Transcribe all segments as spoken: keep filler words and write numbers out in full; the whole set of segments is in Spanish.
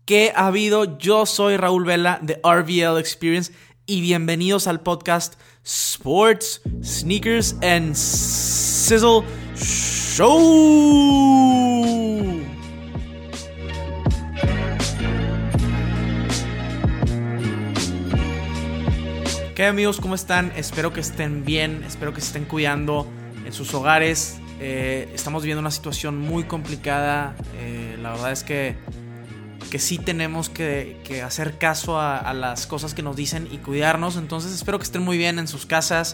¿Qué ha habido? Yo soy Raúl Vela de R V L Experience y bienvenidos al podcast Sports, Sneakers and Sizzle Show. ¿Qué amigos? ¿Cómo están? Espero que estén bien, espero que se estén cuidando en sus hogares. Eh, estamos viviendo una situación muy complicada. Eh, la verdad es que que sí tenemos que, que hacer caso a, a las cosas que nos dicen y cuidarnos. Entonces espero que estén muy bien en sus casas.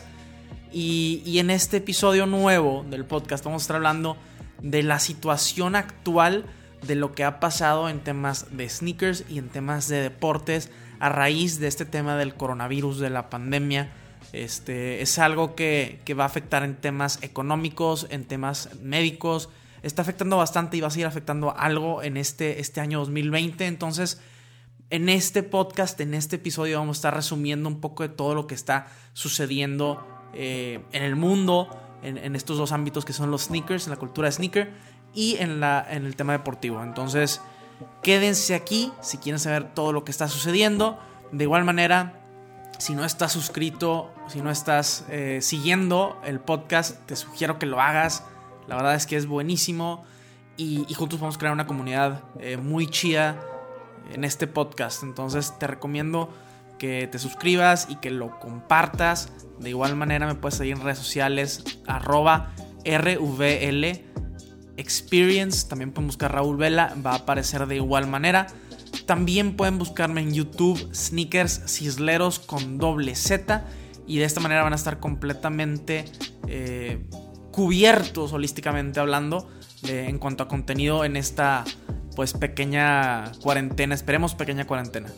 Y, y en este episodio nuevo del podcast vamos a estar hablando de la situación actual de lo que ha pasado en temas de sneakers y en temas de deportes a raíz de este tema del coronavirus, de la pandemia. Este, es algo que, que va a afectar en temas económicos, en temas médicos. Está afectando bastante y va a seguir afectando algo en este, este año dos mil veinte. Entonces, en este podcast, en este episodio, vamos a estar resumiendo un poco de todo lo que está sucediendo eh, en el mundo, en, en estos dos ámbitos que son los sneakers, en la cultura de sneaker y en, la, en el tema deportivo. Entonces, quédense aquí si quieren saber todo lo que está sucediendo. De igual manera, si no estás suscrito, si no estás eh, siguiendo el podcast, te sugiero que lo hagas. La verdad es que es buenísimo y, y juntos vamos a crear una comunidad eh, muy chida en este podcast. Entonces te recomiendo que te suscribas y que lo compartas. De igual manera me puedes seguir en redes sociales arroba R V L Experience. También pueden buscar Raúl Vela, va a aparecer de igual manera. También pueden buscarme en YouTube Sneakers Cisleros con doble Z. Y de esta manera van a estar completamente Eh, cubiertos holísticamente hablando de, en cuanto a contenido en esta pues pequeña cuarentena, esperemos pequeña cuarentena.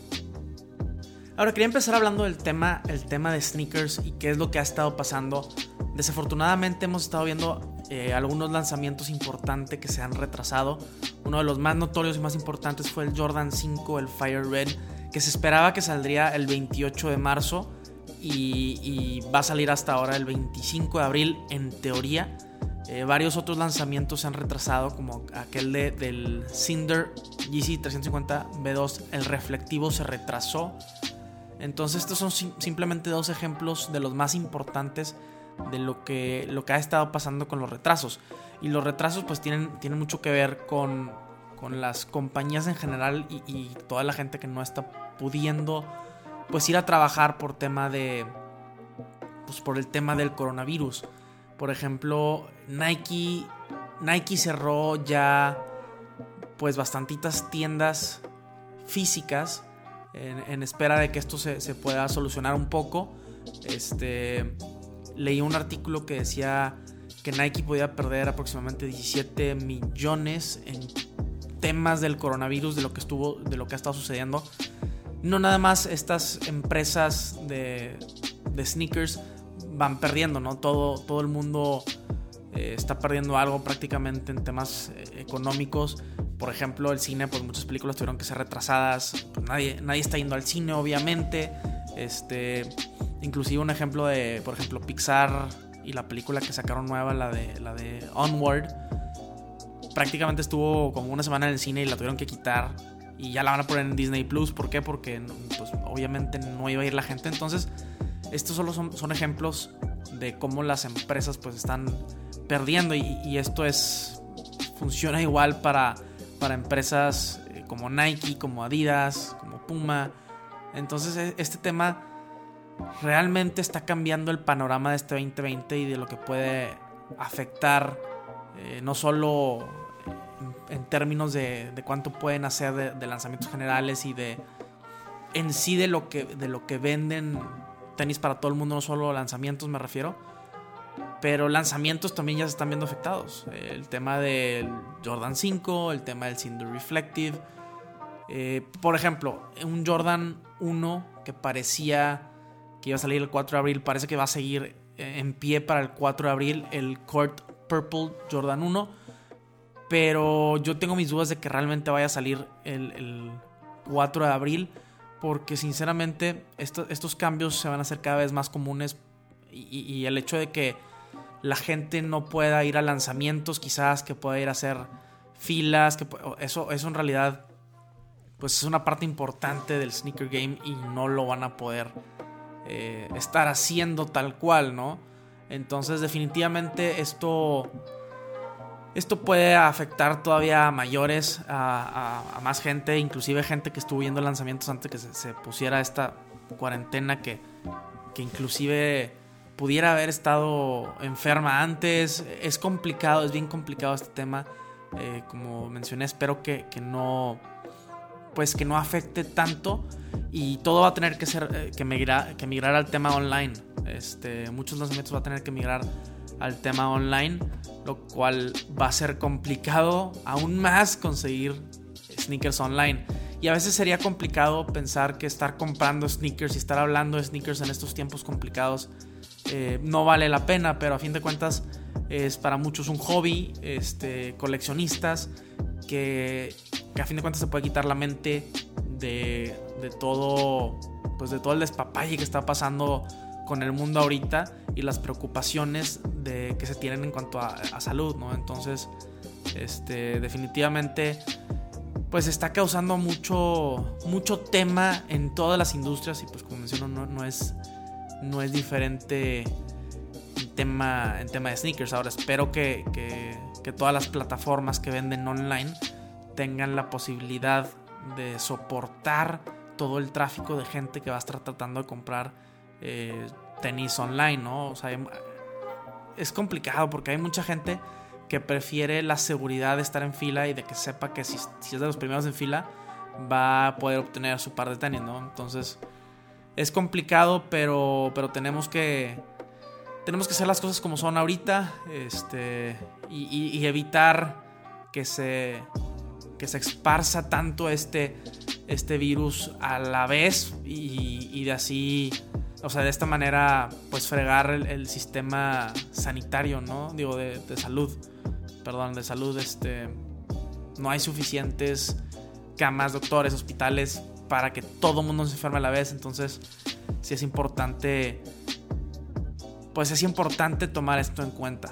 Ahora quería empezar hablando del tema, el tema de sneakers y qué es lo que ha estado pasando. Desafortunadamente hemos estado viendo eh, algunos lanzamientos importantes que se han retrasado. Uno de los más notorios y más importantes fue el Jordan cinco, el Fire Red, que se esperaba que saldría el veintiocho de marzo. Y, y va a salir hasta ahora el veinticinco de abril en teoría. Eh, varios otros lanzamientos se han retrasado, como aquel de, del Cinder G C trescientos cincuenta B dos, el reflectivo se retrasó. Entonces estos son sim- simplemente dos ejemplos de los más importantes de lo que, lo que ha estado pasando con los retrasos. Y los retrasos pues tienen, tienen mucho que ver con, con las compañías en general y, y toda la gente que no está pudiendo pues ir a trabajar por tema de pues por el tema del coronavirus. Por ejemplo, Nike Nike cerró ya pues bastantitas tiendas físicas en, en espera de que esto se, se pueda solucionar un poco. Este leí un artículo que decía que Nike podía perder aproximadamente diecisiete millones en temas del coronavirus, de lo que estuvo, de lo que ha estado sucediendo. No nada más estas empresas de, de sneakers van perdiendo, ¿no? Todo, todo el mundo eh, está perdiendo algo prácticamente en temas eh, económicos. Por ejemplo, el cine, pues muchas películas tuvieron que ser retrasadas. Pues nadie, nadie está yendo al cine, obviamente. Este, inclusive un ejemplo de, por ejemplo, Pixar y la película que sacaron nueva, la de, la de Onward. Prácticamente estuvo como una semana en el cine y la tuvieron que quitar. Y ya la van a poner en Disney Plus. ¿Por qué? Porque pues, obviamente no iba a ir la gente. Entonces, estos solo son, son ejemplos de cómo las empresas pues están perdiendo. Y, y esto es funciona igual para, para empresas como Nike, como Adidas, como Puma. Entonces, este tema realmente está cambiando el panorama de este veinte veinte y de lo que puede afectar eh, no solo en términos de, de cuánto pueden hacer de, de lanzamientos generales y de en sí de lo que de lo que venden tenis para todo el mundo, no solo lanzamientos me refiero, pero lanzamientos también ya se están viendo afectados. El tema del Jordan cinco, el tema del Cinder Reflective, eh, por ejemplo, un Jordan uno que parecía que iba a salir el cuatro de abril, parece que va a seguir en pie para el cuatro de abril, el Court Purple Jordan uno. Pero yo tengo mis dudas de que realmente vaya a salir el, el cuatro de abril. Porque sinceramente esto, estos cambios se van a hacer cada vez más comunes. Y, y el hecho de que la gente no pueda ir a lanzamientos, quizás que pueda ir a hacer filas, que eso, eso en realidad pues es una parte importante del sneaker game y no lo van a poder eh, estar haciendo tal cual, ¿no? Entonces definitivamente esto esto puede afectar todavía a mayores, a, a, a más gente, inclusive gente que estuvo viendo lanzamientos antes que se, se pusiera esta cuarentena, que, que inclusive pudiera haber estado enferma antes. Es complicado, es bien complicado este tema. Eh, como mencioné, espero que, que no pues que no afecte tanto, y todo va a tener que ser eh, que, migrar, que migrar al tema online. Este, muchos lanzamientos va a tener que migrar al tema online, lo cual va a ser complicado aún más conseguir sneakers online. Y a veces sería complicado pensar que estar comprando sneakers y estar hablando de sneakers en estos tiempos complicados eh, no vale la pena, pero a fin de cuentas es para muchos un hobby, este, coleccionistas, que, que a fin de cuentas se puede quitar la mente de, de todo, pues de todo el despapalle que está pasando con el mundo ahorita y las preocupaciones de, que se tienen en cuanto a, a salud, ¿no? Entonces, este, definitivamente, pues está causando mucho, mucho tema en todas las industrias, y pues como menciono, no, no es, no es diferente en tema, en tema de sneakers. Ahora espero que, que, que todas las plataformas que venden online tengan la posibilidad de soportar todo el tráfico de gente que va a estar tratando de comprar Eh, tenis online, ¿no? O sea, es complicado porque hay mucha gente que prefiere la seguridad de estar en fila y de que sepa que si, si es de los primeros en fila va a poder obtener su par de tenis, ¿no? Entonces es complicado, pero, pero tenemos que tenemos que hacer las cosas como son ahorita, este, y, y, y evitar que se que se esparza tanto este, este virus a la vez, y, y de así, o sea, de esta manera, pues fregar el, el sistema sanitario, ¿no? Digo, de, de salud, perdón, de salud. Este, no hay suficientes camas, doctores, hospitales para que todo el mundo se enferme a la vez. Entonces, sí es importante, pues es importante tomar esto en cuenta.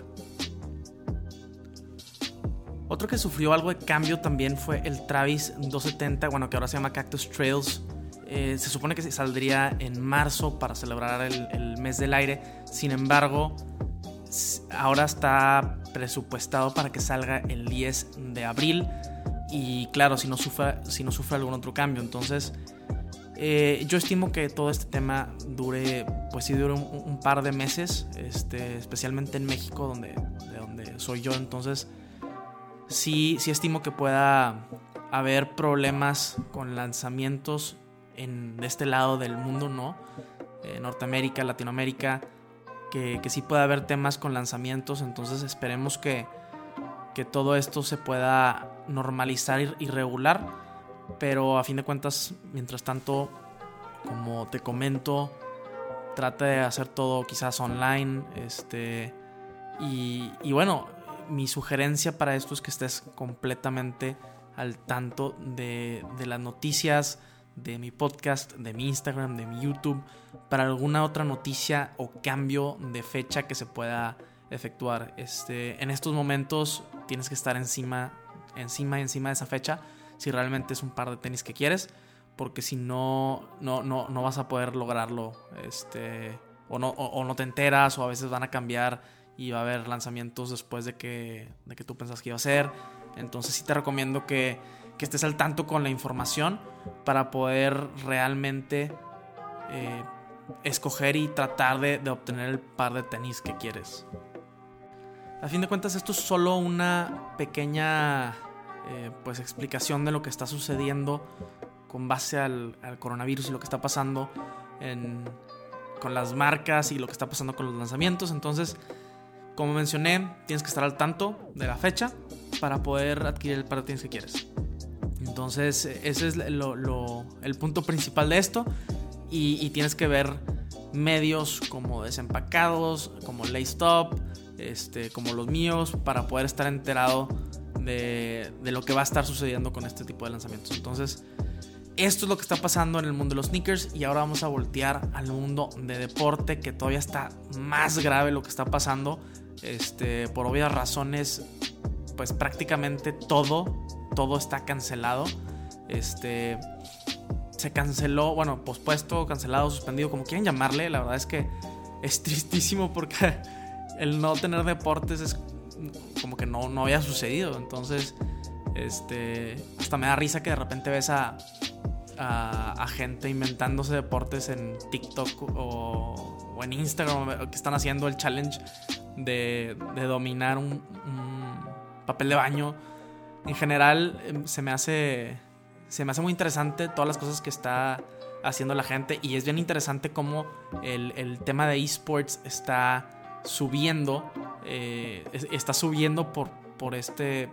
Otro que sufrió algo de cambio también fue el Travis doscientos setenta, bueno, que ahora se llama Cactus Trails. Eh, se supone que saldría en marzo para celebrar el, el mes del aire. Sin embargo, ahora está presupuestado para que salga el diez de abril. Y claro, si no sufre, si no sufre algún otro cambio. Entonces, eh, yo estimo que todo este tema dure, pues sí, dure un, un par de meses, este, especialmente en México, donde, de donde soy yo. Entonces, sí, sí estimo que pueda haber problemas con lanzamientos en de este lado del mundo, ¿no? Eh, Norteamérica, Latinoamérica, que, que sí puede haber temas con lanzamientos. Entonces esperemos que, que todo esto se pueda normalizar y, y regular, pero a fin de cuentas, mientras tanto, como te comento, trata de hacer todo quizás online, este, y, y bueno, mi sugerencia para esto es que estés completamente al tanto de, de las noticias, de mi podcast, de mi Instagram, de mi YouTube, para alguna otra noticia o cambio de fecha que se pueda efectuar. Este, en estos momentos tienes que estar encima, encima, encima de esa fecha, si realmente es un par de tenis que quieres, porque si no, no, no, no vas a poder lograrlo, este, o no, o, o no te enteras, o a veces van a cambiar y va a haber lanzamientos después de que, de que tú pensas que iba a ser. Entonces sí te recomiendo que, que estés al tanto con la información para poder realmente eh, escoger y tratar de, de obtener el par de tenis que quieres. A fin de cuentas, esto es solo una pequeña eh, pues explicación de lo que está sucediendo con base al, al coronavirus y lo que está pasando en, con las marcas y lo que está pasando con los lanzamientos. Entonces, como mencioné, tienes que estar al tanto de la fecha para poder adquirir el par de tenis que quieres. Entonces, ese es lo, lo, el punto principal de esto. Y, y tienes que ver medios como Desempacados, como Lace Top, este, como los míos, para poder estar enterado de, de lo que va a estar sucediendo con este tipo de lanzamientos. Entonces, esto es lo que está pasando en el mundo de los sneakers. Y ahora vamos a voltear al mundo de deporte, que todavía está más grave lo que está pasando. Este, por obvias razones, pues prácticamente todo, todo está cancelado. Este se canceló, bueno, pospuesto, cancelado, suspendido, como quieran llamarle. La verdad es que es tristísimo porque el no tener deportes es como que no, no había sucedido. Entonces, este hasta me da risa que de repente ves a, a, a gente inventándose deportes en TikTok o, o en Instagram, que están haciendo el challenge de, de dominar un, un papel de baño. En general, se me hace se me hace muy interesante todas las cosas que está haciendo la gente, y es bien interesante cómo el, el tema de esports está subiendo, eh, está subiendo por, por este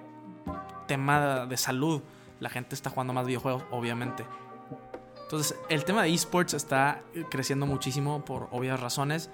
tema de salud. La gente está jugando más videojuegos, obviamente. Entonces, el tema de esports está creciendo muchísimo por obvias razones,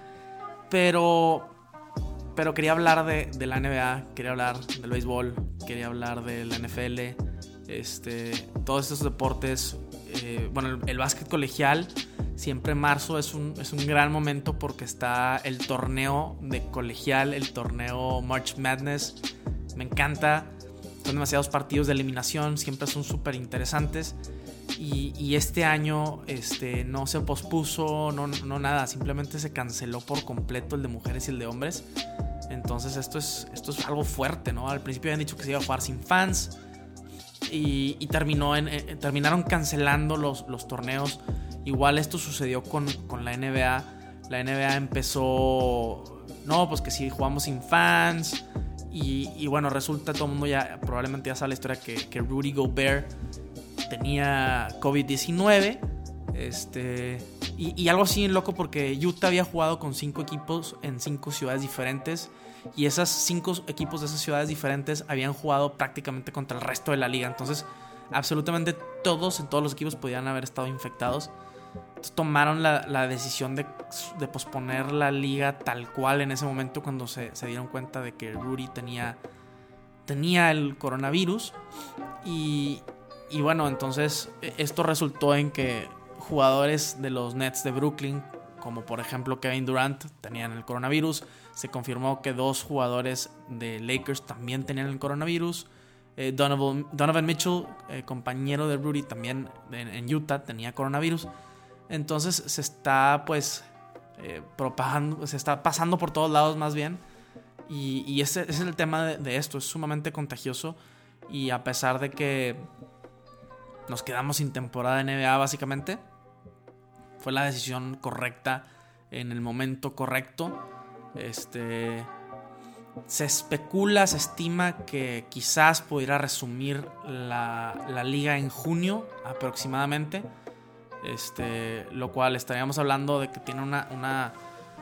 pero, pero quería hablar de, de la N B A, quería hablar del béisbol, quería hablar de la N F L, este, todos estos deportes. Eh, bueno, el, el básquet colegial, siempre marzo es un, es un gran momento porque está el torneo de colegial, el torneo March Madness. Me encanta, son demasiados partidos de eliminación, siempre son súper interesantes. Y, y este año este, no se pospuso, no, no nada, simplemente se canceló por completo el de mujeres y el de hombres. Entonces esto es, esto es algo fuerte, ¿no? Al principio habían dicho que se iba a jugar sin fans, y, y terminó en, eh, terminaron cancelando los, los torneos. Igual esto sucedió con, con la N B A. La N B A empezó, no, pues que sí, jugamos sin fans. Y, y bueno, resulta, todo el mundo ya, probablemente ya sabe la historia, que, que Rudy Gobert tenía covid diecinueve. Este, y, y algo así loco, porque Utah había jugado con cinco equipos en cinco ciudades diferentes. Y esos cinco equipos de esas ciudades diferentes habían jugado prácticamente contra el resto de la liga. Entonces, absolutamente todos en todos los equipos podían haber estado infectados. Entonces, tomaron la, la decisión de, de posponer la liga tal cual en ese momento, cuando se, se dieron cuenta de que Rudy tenía, tenía el coronavirus. Y, y bueno, entonces esto resultó en que jugadores de los Nets de Brooklyn, como por ejemplo Kevin Durant, tenían el coronavirus. Se confirmó que dos jugadores de Lakers también tenían el coronavirus. eh, Donovan, Donovan Mitchell, eh, compañero de Rudy, también en, en Utah, tenía coronavirus. Entonces se está pues eh, propagando, se está pasando por todos lados más bien. Y, y ese, ese es el tema de, de esto, es sumamente contagioso. Y a pesar de que nos quedamos sin temporada de N B A básicamente, fue la decisión correcta en el momento correcto. Este, se especula, se estima que quizás pudiera resumir la, la liga en junio aproximadamente. Este, lo cual estaríamos hablando de que tiene una, una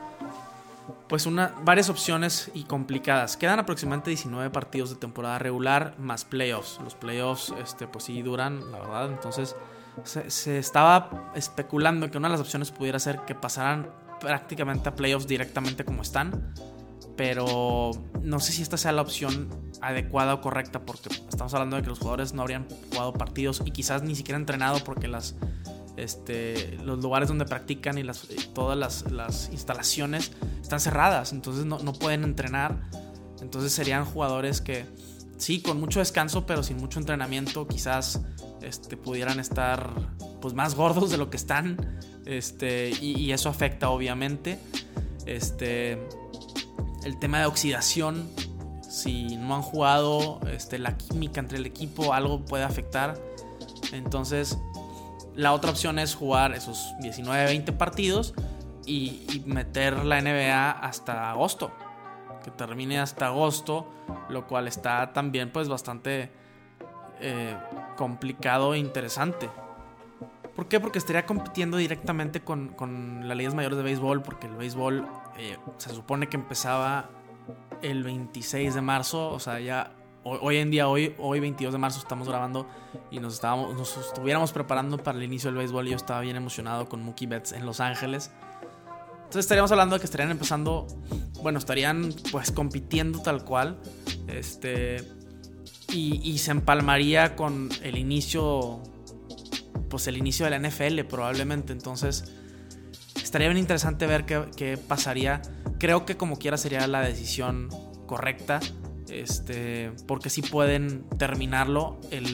pues una, varias opciones y complicadas. Quedan aproximadamente diecinueve partidos de temporada regular más playoffs. Los playoffs, este, pues sí duran, la verdad. Entonces se, se estaba especulando que una de las opciones pudiera ser que pasaran prácticamente a playoffs directamente como están, pero no sé si esta sea la opción adecuada o correcta, porque estamos hablando de que los jugadores no habrían jugado partidos y quizás ni siquiera entrenado, porque las Este, los lugares donde practican y las, todas las, las instalaciones están cerradas, entonces no, no pueden entrenar. Entonces serían jugadores que sí, con mucho descanso pero sin mucho entrenamiento, quizás este, pudieran estar pues más gordos de lo que están, este, y, y eso afecta obviamente. Este, el tema de oxidación, si no han jugado, este, la química entre el equipo, algo puede afectar. Entonces la otra opción es jugar esos diecinueve veinte partidos y, y meter la N B A hasta agosto, que termine hasta agosto, lo cual está también pues bastante eh, complicado e interesante. ¿Por qué? Porque estaría compitiendo directamente con, con las ligas mayores de béisbol, porque el béisbol eh, se supone que empezaba el veintiséis de marzo, o sea, ya hoy, hoy en día, hoy, hoy veintidós de marzo estamos grabando y nos, estábamos, nos estuviéramos preparando para el inicio del béisbol, y yo estaba bien emocionado con Mookie Betts en Los Ángeles. Entonces estaríamos hablando de que estarían empezando, bueno, estarían pues compitiendo tal cual, este, y, y se empalmaría con el inicio, pues el inicio de la N F L probablemente. Entonces estaría bien interesante ver qué, qué pasaría. Creo que como quiera sería la decisión correcta, este, porque sí pueden terminarlo. El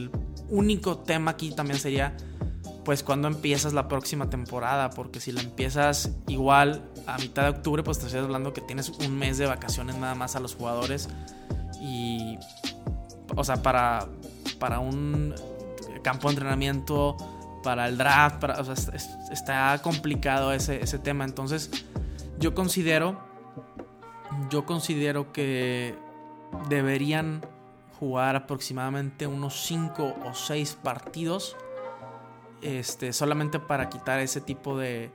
único tema aquí también sería pues cuando empiezas la próxima temporada, porque si la empiezas igual a mitad de octubre, pues te estoy hablando que tienes un mes de vacaciones nada más a los jugadores y, o sea, para, para un campo de entrenamiento, para el draft, para, o sea, es, está complicado ese, ese tema. Entonces yo considero, yo considero que deberían jugar aproximadamente unos cinco o seis partidos. Este, solamente para quitar ese tipo de,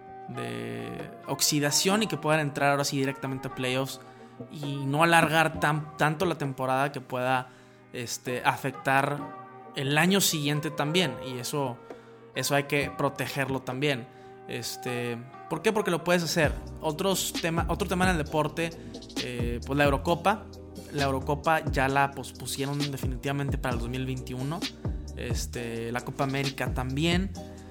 de oxidación y que puedan entrar ahora sí directamente a playoffs y no alargar tan, tanto la temporada que pueda este, afectar el año siguiente también, y eso, eso hay que protegerlo también. Este, ¿por qué? Porque lo puedes hacer. Otros tema, otro tema en el deporte, eh, pues la Eurocopa. La Eurocopa ya la pospusieron definitivamente para el dos mil veintiuno. Este, la Copa América también.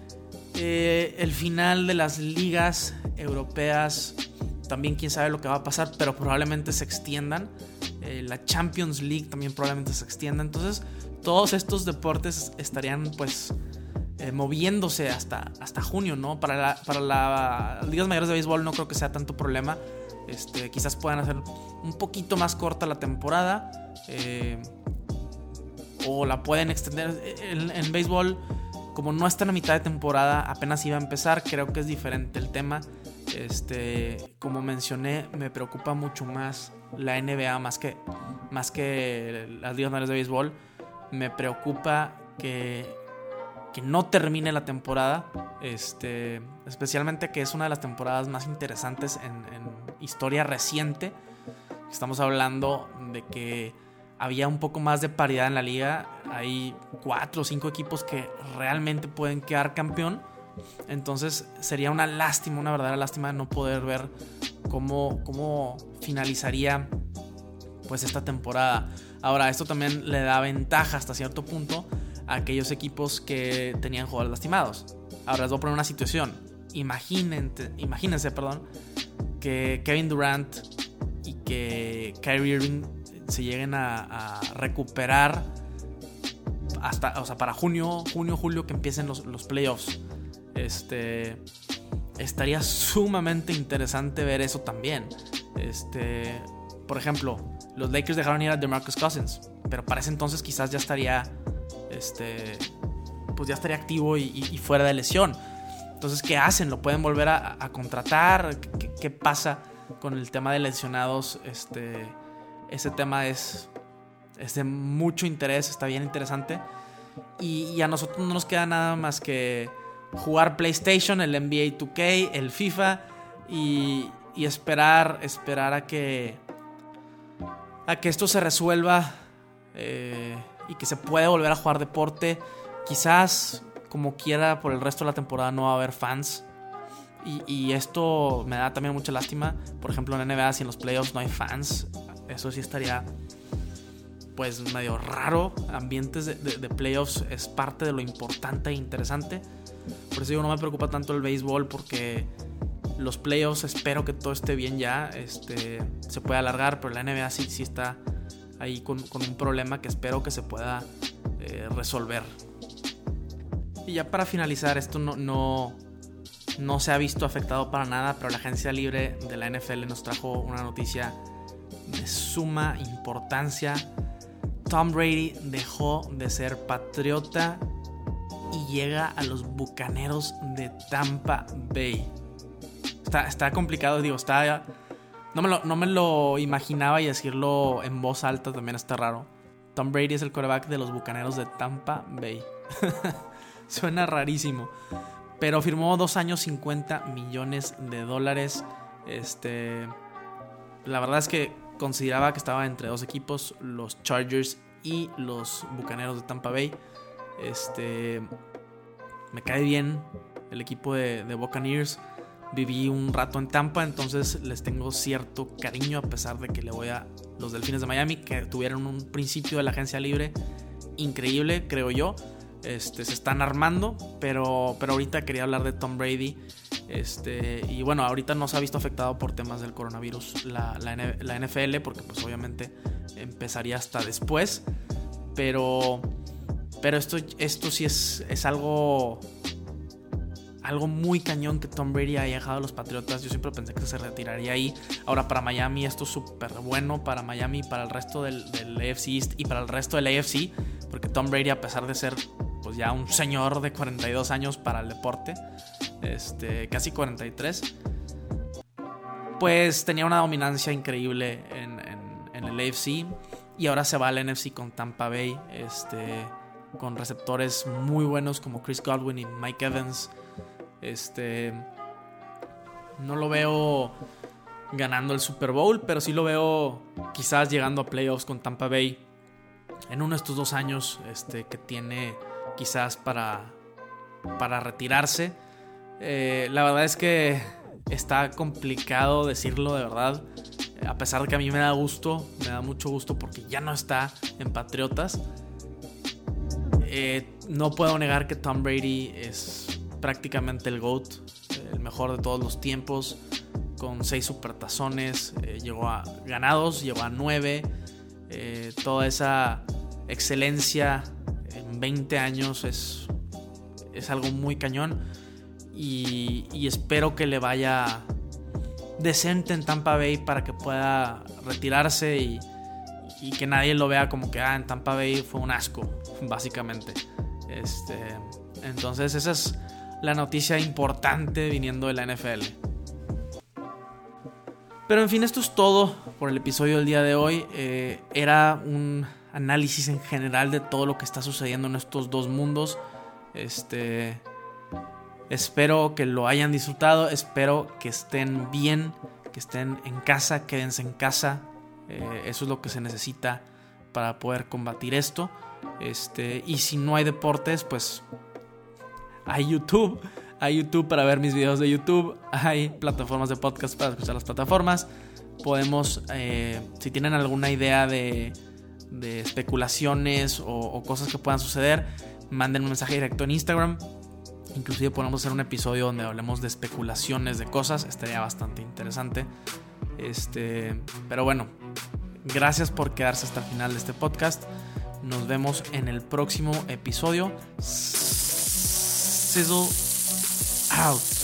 Eh, el final de las ligas europeas también, quién sabe lo que va a pasar, pero probablemente se extiendan. Eh, la Champions League también probablemente se extienda. Entonces todos estos deportes estarían pues eh, moviéndose hasta, hasta junio, ¿no? Para, la, para la, las ligas mayores de béisbol no creo que sea tanto problema. Este, quizás puedan hacer un poquito más corta la temporada. Eh, o la pueden extender. En, en béisbol, como no está en la mitad de temporada, apenas iba a empezar, creo que es diferente el tema. Este, como mencioné, me preocupa mucho más la N B A más que, más que las ligas mayores de béisbol. Me preocupa que, que no termine la temporada, este, especialmente que es una de las temporadas más interesantes en, en historia reciente. Estamos hablando de que había un poco más de paridad en la liga. Hay cuatro o cinco equipos que realmente pueden quedar campeón. Entonces sería una lástima, una verdadera lástima no poder ver cómo, cómo finalizaría pues esta temporada. Ahora, esto también le da ventaja hasta cierto punto a aquellos equipos que tenían jugadores lastimados. Ahora les voy a poner una situación. Imagínense, imagínense, perdón, que Kevin Durant y que Kyrie Irving se lleguen a, a recuperar hasta, o sea, para junio, junio, julio, que empiecen los, los playoffs. Este, estaría sumamente interesante ver eso también. Este, por ejemplo, los Lakers dejaron ir a DeMarcus Cousins, pero para ese entonces quizás ya estaría, este, pues ya estaría activo y, y, y fuera de lesión. Entonces, ¿qué hacen? ¿Lo pueden volver a, a contratar? ¿Qué, qué pasa con el tema de lesionados? Este, ese tema es, es de mucho interés, está bien interesante. Y, y a nosotros no nos queda nada más que jugar PlayStation, el N B A dos K, el FIFA y, y esperar, esperar a que, a que esto se resuelva eh, y que se pueda volver a jugar deporte. Quizás, como quiera, por el resto de la temporada no va a haber fans. Y, y esto me da también mucha lástima. Por ejemplo, en N B A, si en los playoffs no hay fans, eso sí estaría pues medio raro. Ambientes de, de, de playoffs es parte de lo importante e interesante. Por eso yo no me preocupa tanto el béisbol, porque los playoffs espero que todo esté bien ya. Este, se puede alargar, pero la N B A sí, sí está ahí con, con un problema que espero que se pueda eh, resolver. Y ya para finalizar, esto no, no, no se ha visto afectado para nada, pero la agencia libre de la N F L nos trajo una noticia de suma importancia. Tom Brady dejó de ser Patriota y llega a los Bucaneros de Tampa Bay. Está, está complicado, digo, está... No me, lo, no me lo imaginaba, y decirlo en voz alta también está raro. Tom Brady es el quarterback de los Bucaneros de Tampa Bay. Suena rarísimo. Pero firmó dos años, cincuenta millones de dólares. Este... La verdad es que consideraba que estaba entre dos equipos, los Chargers y los Bucaneros de Tampa Bay. Este, me cae bien el equipo de, de Buccaneers. Viví un rato en Tampa, entonces les tengo cierto cariño, a pesar de que le voy a los Delfines de Miami, que tuvieron un principio de la agencia libre increíble, creo yo. Este, se están armando, pero, pero ahorita quería hablar de Tom Brady. Este, y bueno, ahorita no se ha visto afectado por temas del coronavirus la, la, la N F L, porque pues obviamente empezaría hasta después. Pero Pero esto, esto sí es, es algo... Algo muy cañón que Tom Brady haya dejado a los Patriotas. Yo siempre pensé que se retiraría ahí. Ahora para Miami esto es súper bueno. Para Miami, para el resto del, del A F C East y para el resto del A F C. Porque Tom Brady, a pesar de ser pues ya un señor de cuarenta y dos años para el deporte, este, casi cuarenta y tres, pues tenía una dominancia increíble en, en, en el A F C. Y ahora se va al N F C con Tampa Bay, este, con receptores muy buenos como Chris Godwin y Mike Evans. Este, no lo veo ganando el Super Bowl, pero sí lo veo quizás llegando a playoffs con Tampa Bay en uno de estos dos años este, que tiene quizás para, para retirarse. Eh, la verdad es que está complicado decirlo, de verdad, a pesar de que a mí me da gusto, me da mucho gusto porque ya no está en Patriotas. Eh, no puedo negar que Tom Brady es prácticamente el GOAT, el mejor de todos los tiempos, con seis supertazones, eh, llegó a ganados, llegó a nueve, eh, toda esa excelencia en veinte años es, es algo muy cañón, y, y espero que le vaya decente en Tampa Bay para que pueda retirarse y, y que nadie lo vea como que ah, en Tampa Bay fue un asco, básicamente. Este, entonces esa es la noticia importante viniendo de la N F L. Pero en fin, esto es todo por el episodio del día de hoy. Eh, era un análisis en general de todo lo que está sucediendo en estos dos mundos. Este, espero que lo hayan disfrutado. Espero que estén bien, que estén en casa, quédense en casa. Eh, eso es lo que se necesita para poder combatir esto. Este, y si no hay deportes, pues hay YouTube, hay YouTube para ver mis videos de YouTube, hay plataformas de podcast para escuchar las plataformas. Podemos, eh, si tienen alguna idea de, de especulaciones o, o cosas que puedan suceder, manden un mensaje directo en Instagram. Inclusive podemos hacer un episodio donde hablemos de especulaciones de cosas, estaría bastante interesante. Este, pero bueno, gracias por quedarse hasta el final de este podcast. Nos vemos en el próximo episodio. Sizzle out.